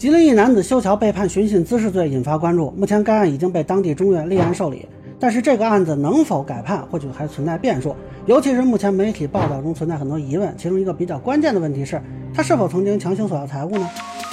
吉林一男子修桥被判寻衅滋事罪引发关注，目前该案已经被当地中院立案受理，但是这个案子能否改判或许还存在变数，尤其是目前媒体报道中存在很多疑问，其中一个比较关键的问题是他是否曾经强行索要财物呢？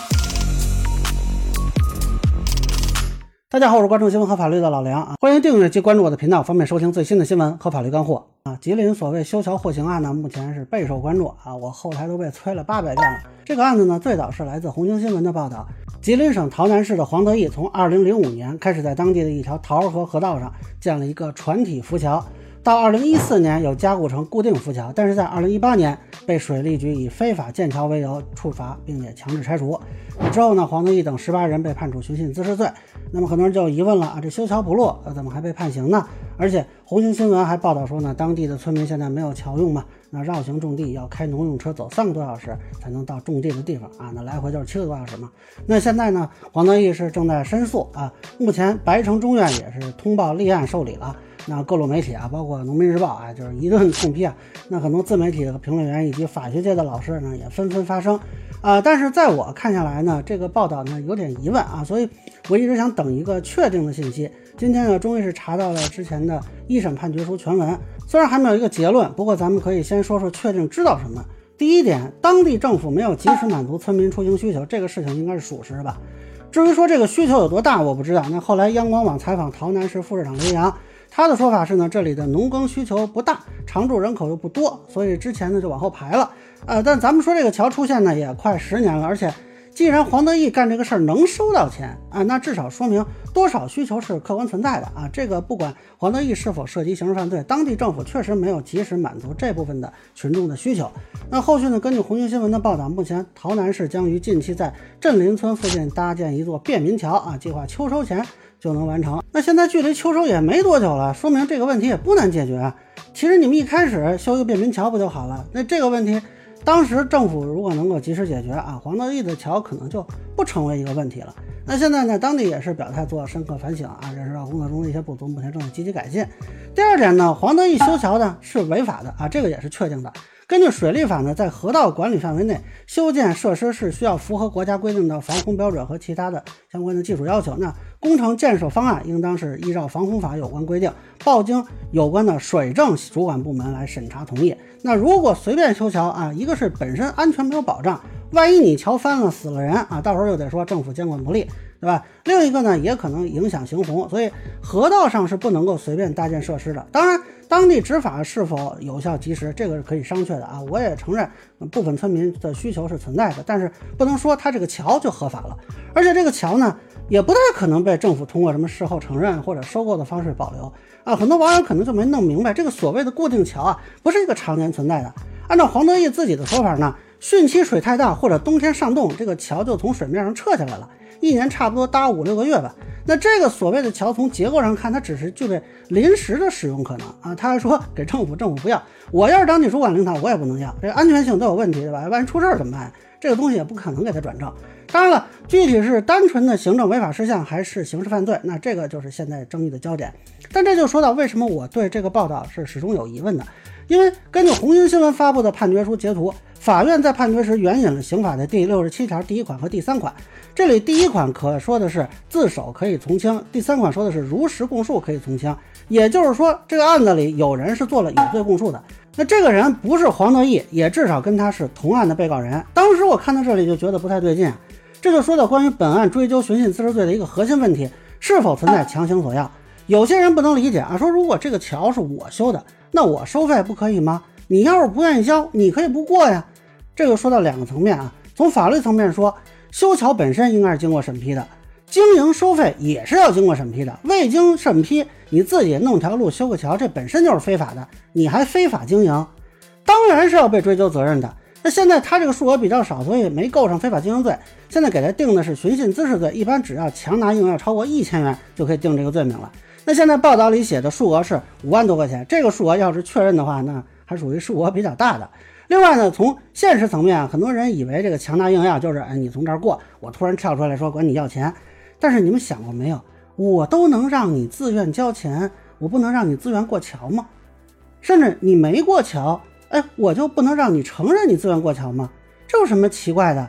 大家好，我是关注新闻和法律的老梁欢迎订阅及关注我的频道，方便收听最新的新闻和法律干货吉林所谓修桥获刑案呢，目前是备受关注我后台都被催了800遍了。这个案子呢，最早是来自红星新闻的报道，吉林省洮南市的黄德义从2005年开始在当地的一条桃儿河河道上建了一个船体浮桥，到2014年有加固成固定浮桥，但是在2018年被水利局以非法建桥为由处罚，并且强制拆除。之后呢，黄德义等18人被判处寻衅滋事罪。那么很多人就有疑问了这修桥不落怎么还被判刑呢？而且红星新闻还报道说呢，当地的村民现在没有桥用嘛，那绕行种地要开农用车走3个多小时才能到种地的地方那来回就是7个多小时嘛。那现在呢，黄德义是正在申诉目前白城中院也是通报立案受理了。那各路媒体包括农民日报就是一顿痛批那很多自媒体的评论员以及法学界的老师呢也纷纷发声但是在我看下来呢，这个报道呢有点疑问所以我一直想等一个确定的信息。今天呢，终于是查到了之前的一审判决书全文，虽然还没有一个结论，不过咱们可以先说说确定知道什么。第一点，当地政府没有及时满足村民出行需求，这个事情应该是属实吧。至于说这个需求有多大，我不知道。那后来央广网采访洮南市副市长雷洋，他的说法是呢，这里的农耕需求不大，常住人口又不多，所以之前呢就往后排了但咱们说这个桥出现呢也快10年了，而且既然黄德义干这个事儿能收到钱那至少说明多少需求是客观存在的这个不管黄德义是否涉及刑事犯罪，当地政府确实没有及时满足这部分的群众的需求。那后续呢，根据红星新闻的报道，目前洮南市将于近期在镇林村附近搭建一座便民桥计划秋收前就能完成。那现在距离秋收也没多久了，说明这个问题也不难解决其实你们一开始修一个便民桥不就好了？那这个问题当时政府如果能够及时解决黄德义的桥可能就不成为一个问题了。那现在呢，当地也是表态做深刻反省认识到工作中的一些不足，目前正在积极改进。第二点呢，黄德义修桥呢是违法的这个也是确定的。根据水利法呢，在河道管理范围内修建设施是需要符合国家规定的防洪标准和其他的相关的技术要求。那工程建设方案应当是依照防洪法有关规定，报经有关的水政主管部门来审查同意。那如果随便修桥一个是本身安全没有保障，万一你桥翻了死了人到时候又得说政府监管不力，对吧？另一个呢，也可能影响行洪，所以河道上是不能够随便搭建设施的。当然当地执法是否有效及时，这个是可以商榷的我也承认部分村民的需求是存在的，但是不能说他这个桥就合法了。而且这个桥呢也不太可能被政府通过什么事后承认或者收购的方式保留很多网友可能就没弄明白，这个所谓的固定桥不是一个常年存在的。按照黄德义自己的说法呢，汛期水太大或者冬天上冻，这个桥就从水面上撤下来了，一年差不多搭5-6个月吧。那这个所谓的桥从结构上看，它只是具备临时的使用可能他还说给政府不要，我要是当地主管领导我也不能要，这安全性都有问题，对吧？万一出事怎么办？这个东西也不可能给他转正。当然了，具体是单纯的行政违法事项还是刑事犯罪，那这个就是现在争议的焦点。但这就说到为什么我对这个报道是始终有疑问的。因为根据红星新闻发布的判决书截图，法院在判决时援引了刑法的第67条第1款和第3款。这里第1款可说的是自首可以从轻，第3款说的是如实供述可以从轻。也就是说，这个案子里有人是做了有罪供述的。那这个人不是黄德义，也至少跟他是同案的被告人。当时我看到这里就觉得不太对劲这就说到关于本案追究寻衅滋事罪的一个核心问题，是否存在强行索要。有些人不能理解说如果这个桥是我修的，那我收费不可以吗？你要是不愿意交，你可以不过呀。这个说到2个层面从法律层面说，修桥本身应该是经过审批的，经营收费也是要经过审批的。未经审批你自己弄条路修个桥，这本身就是非法的，你还非法经营，当然是要被追究责任的。那现在他这个数额比较少，所以没构成非法经营罪，现在给他定的是寻衅滋事罪，一般只要强拿硬要超过1000元就可以定这个罪名了。那现在报道里写的数额是5万多块钱，这个数额要是确认的话，那还属于数额比较大的。另外呢，从现实层面很多人以为这个强拿硬要就是你从这儿过，我突然跳出来说管你要钱。但是你们想过没有，我都能让你自愿交钱，我不能让你自愿过桥吗？甚至你没过桥我就不能让你承认你自愿过桥吗？这有什么奇怪的？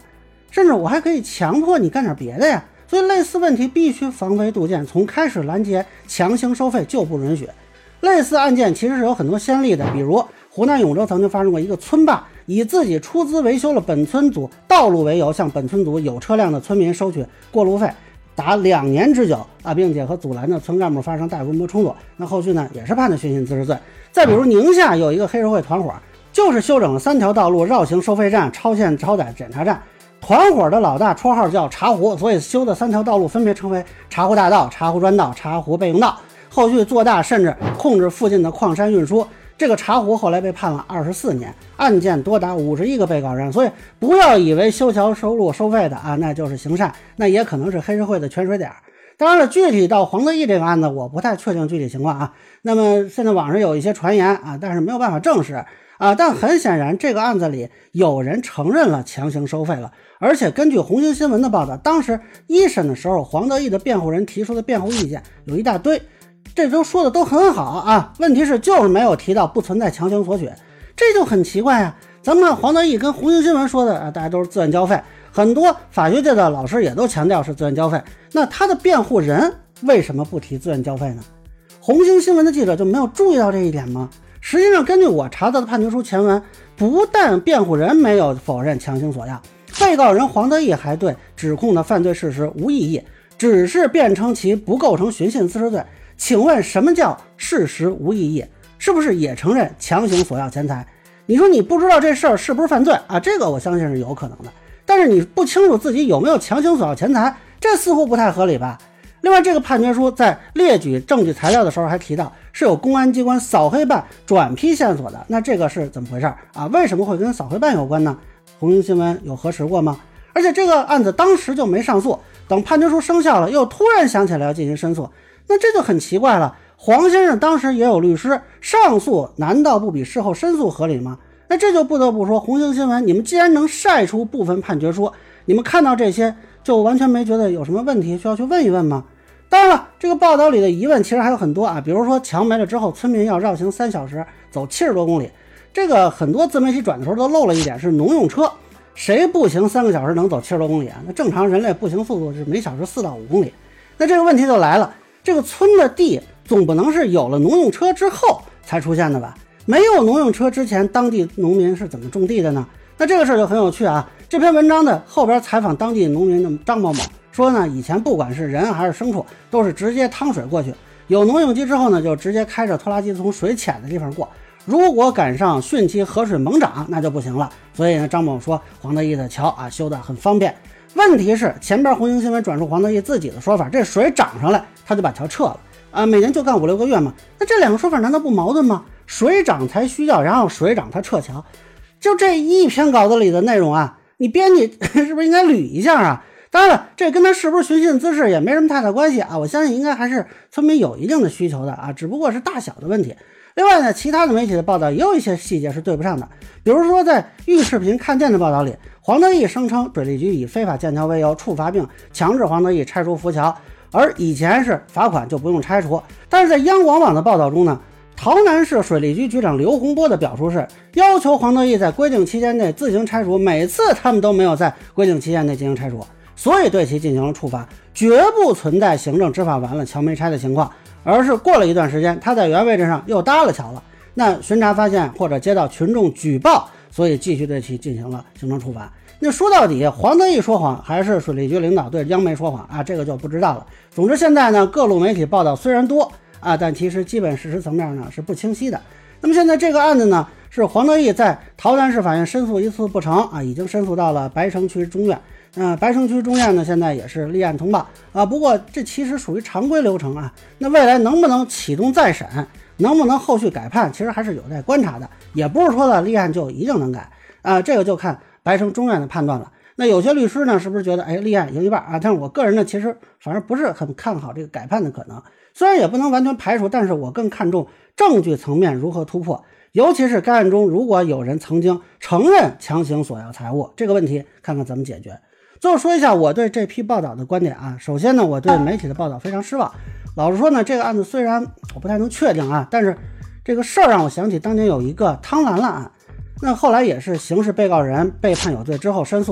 甚至我还可以强迫你干点别的呀。所以类似问题必须防微杜渐，从开始拦截强行收费就不允许。类似案件其实是有很多先例的，比如湖南永州曾经发生过一个村霸以自己出资维修了本村组道路为由，向本村组有车辆的村民收取过路费达2年之久并且和阻拦的村干部发生大规模冲突，那后续呢也是判的寻衅滋事罪。再比如宁夏有一个黑社会团伙，就是修整了3条道路绕行收费站、超限超载检查站，团伙的老大绰号叫茶壶，所以修的3条道路分别称为茶壶大道、茶壶专道、茶壶备用道。后续做大，甚至控制附近的矿山运输。这个茶壶后来被判了24年，案件多达51个被告人。所以不要以为修桥收路收费的那就是行善，那也可能是黑社会的泉水点。当然了，具体到黄德义这个案子，我不太确定具体情况那么现在网上有一些传言但是没有办法证实但很显然这个案子里有人承认了强行收费了。而且根据红星新闻的报道，当时一审的时候，黄德义的辩护人提出的辩护意见有一大堆，这都说的都很好问题是就是没有提到不存在强行索取，这就很奇怪咱们看黄德义跟红星新闻说的大家都是自愿交费，很多法学界的老师也都强调是自愿交费，那他的辩护人为什么不提自愿交费呢？红星新闻的记者就没有注意到这一点吗？实际上根据我查到的判决书前文，不但辩护人没有否认强行索要，被告人黄德义还对指控的犯罪事实无异议，只是辩称其不构成寻衅滋事罪。请问什么叫事实无异议？是不是也承认强行索要钱财？你说你不知道这事儿是不是犯罪这个我相信是有可能的，但是你不清楚自己有没有强行索要钱财，这似乎不太合理吧。另外，这个判决书在列举证据材料的时候还提到是有公安机关扫黑办转批线索的，那这个是怎么回事为什么会跟扫黑办有关呢？红星新闻有核实过吗？而且这个案子当时就没上诉，等判决书生效了又突然想起来要进行申诉，那这就很奇怪了。黄先生当时也有律师，上诉难道不比事后申诉合理吗？那这就不得不说，红星新闻你们既然能晒出部分判决书，你们看到这些就完全没觉得有什么问题需要去问一问吗？当然了，这个报道里的疑问其实还有很多比如说墙没了之后村民要绕行3小时走70多公里，这个很多自媒体转的时候都漏了一点，是农用车，谁步行3个小时能走70多公里那正常人类步行速度是每小时4到5公里。那这个问题就来了，这个村的地总不能是有了农用车之后才出现的吧？没有农用车之前，当地农民是怎么种地的呢？那这个事儿就很有趣这篇文章的后边采访当地农民的张某某说呢，以前不管是人还是牲畜，都是直接趟水过去，有农用机之后呢，就直接开着拖拉机从水浅的地方过，如果赶上汛期河水猛涨那就不行了。所以呢，张某说黄德义的桥修得很方便。问题是前边红星新闻转述黄德义自己的说法，这水涨上来他就把桥撤了每年就干5、6个月嘛，那这两个说法难道不矛盾吗？水涨才需要，然后水涨他撤桥，就这一篇稿子里的内容你编辑是不是应该捋一下当然了，这跟他是不是寻衅滋事也没什么太大关系我相信应该还是村民有一定的需求的只不过是大小的问题。另外呢，其他的媒体的报道也有一些细节是对不上的，比如说在玉视频看见的报道里，黄德义声称水利局以非法建桥为由处罚并强制黄德义拆除浮桥，而以前是罚款就不用拆除。但是在央广网的报道中呢，洮南市水利局局长刘洪波的表述是要求黄德义在规定期间内自行拆除，每次他们都没有在规定期间内进行拆除，所以对其进行了处罚，绝不存在行政执法完了桥没拆的情况，而是过了一段时间他在原位置上又搭了桥了，那巡查发现或者接到群众举报，所以继续对其进行了行政处罚。那说到底，黄德义说谎还是水利局领导对央媒说谎这个就不知道了。总之现在呢，各路媒体报道虽然多但其实基本事实层面呢是不清晰的。那么现在这个案子呢，是黄德义在洮南市法院申诉一次不成已经申诉到了白城区中院。白城区中院呢现在也是立案通报不过这其实属于常规流程那未来能不能启动再审，能不能后续改判，其实还是有待观察的，也不是说了立案就一定能改这个就看白城中院的判断了。那有些律师呢是不是觉得立案赢一半但是我个人呢其实反而不是很看好这个改判的可能，虽然也不能完全排除，但是我更看重证据层面如何突破，尤其是该案中如果有人曾经承认强行索要财物，这个问题看看怎么解决。最后说一下我对这批报道的观点首先呢，我对媒体的报道非常失望。老实说呢，这个案子虽然我不太能确定但是这个事儿让我想起当年有一个汤兰案，那后来也是刑事被告人被判有罪之后申诉，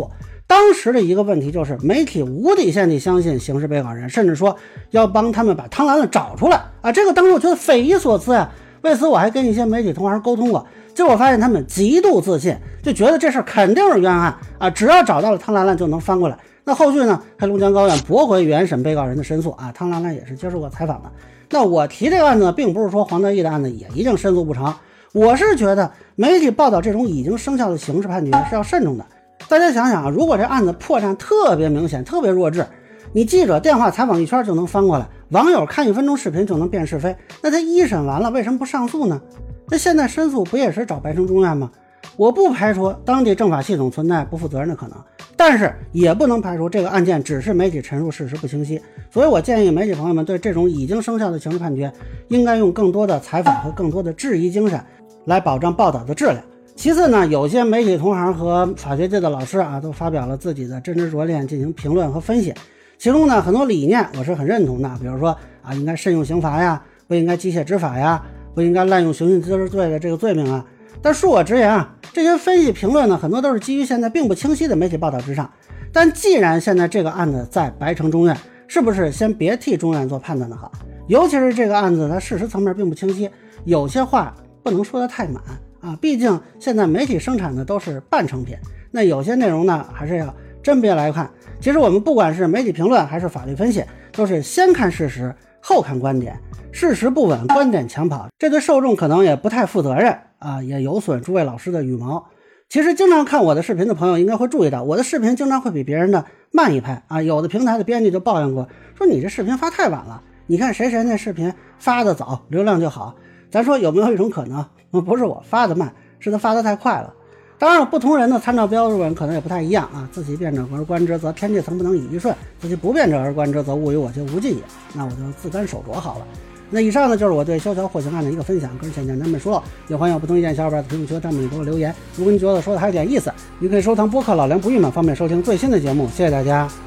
当时的一个问题就是媒体无底线地相信刑事被告人，甚至说要帮他们把汤兰兰找出来啊！这个当时我觉得匪夷所思呀。为此我还跟一些媒体同行沟通过，结果发现他们极度自信，就觉得这事肯定是冤案啊，只要找到了汤兰兰就能翻过来。那后续呢，黑龙江高院驳回原审被告人的申诉啊，汤兰兰也是接受过采访的。那我提这个案子并不是说黄德义的案子也一定申诉不成，我是觉得媒体报道这种已经生效的刑事判决是要慎重的。大家想想啊，如果这案子破绽特别明显，特别弱智，你记者电话采访一圈就能翻过来，网友看1分钟视频就能辨是非，那他一审完了为什么不上诉呢？那现在申诉不也是找白城中院吗？我不排除当地政法系统存在不负责任的可能，但是也不能排除这个案件只是媒体陈述事实不清晰。所以我建议媒体朋友们对这种已经生效的刑事判决应该用更多的采访和更多的质疑精神来保障报道的质量。其次呢，有些媒体同行和法学界的老师啊，都发表了自己的真知灼见进行评论和分析，其中呢很多理念我是很认同的，比如说啊，应该慎用刑罚呀，不应该机械执法呀，不应该滥用刑讯滋事罪的这个罪名啊。但恕我直言啊，这些分析评论呢，很多都是基于现在并不清晰的媒体报道之上。但既然现在这个案子在白城中院，是不是先别替中院做判断的好？尤其是这个案子它事实层面并不清晰，有些话不能说得太满啊，毕竟现在媒体生产的都是半成品，那有些内容呢还是要甄别来看。其实我们不管是媒体评论还是法律分析，都是先看事实后看观点，事实不稳观点抢跑，这对受众可能也不太负责任啊，也有损诸位老师的羽毛。其实经常看我的视频的朋友应该会注意到，我的视频经常会比别人的慢一拍啊，有的平台的编辑就抱怨过，说你这视频发太晚了，你看谁那视频发的早流量就好。咱说有没有一种可能，不是我发的慢，是他发的太快了。当然不同人的参照标准可能也不太一样啊，自其辩者而观之，则天地曾不能以一瞬，自其不辩者而观之，则物与我皆无尽也。那我就自甘守拙好了。那以上呢就是我对萧条获刑案的一个分享，个人浅见难免疏漏，也欢迎有不同意见小伙伴在评论区弹幕里给我留言。如果你觉得说的还有点意思，你可以收藏播客老梁不郁闷，方便收听最新的节目。谢谢大家。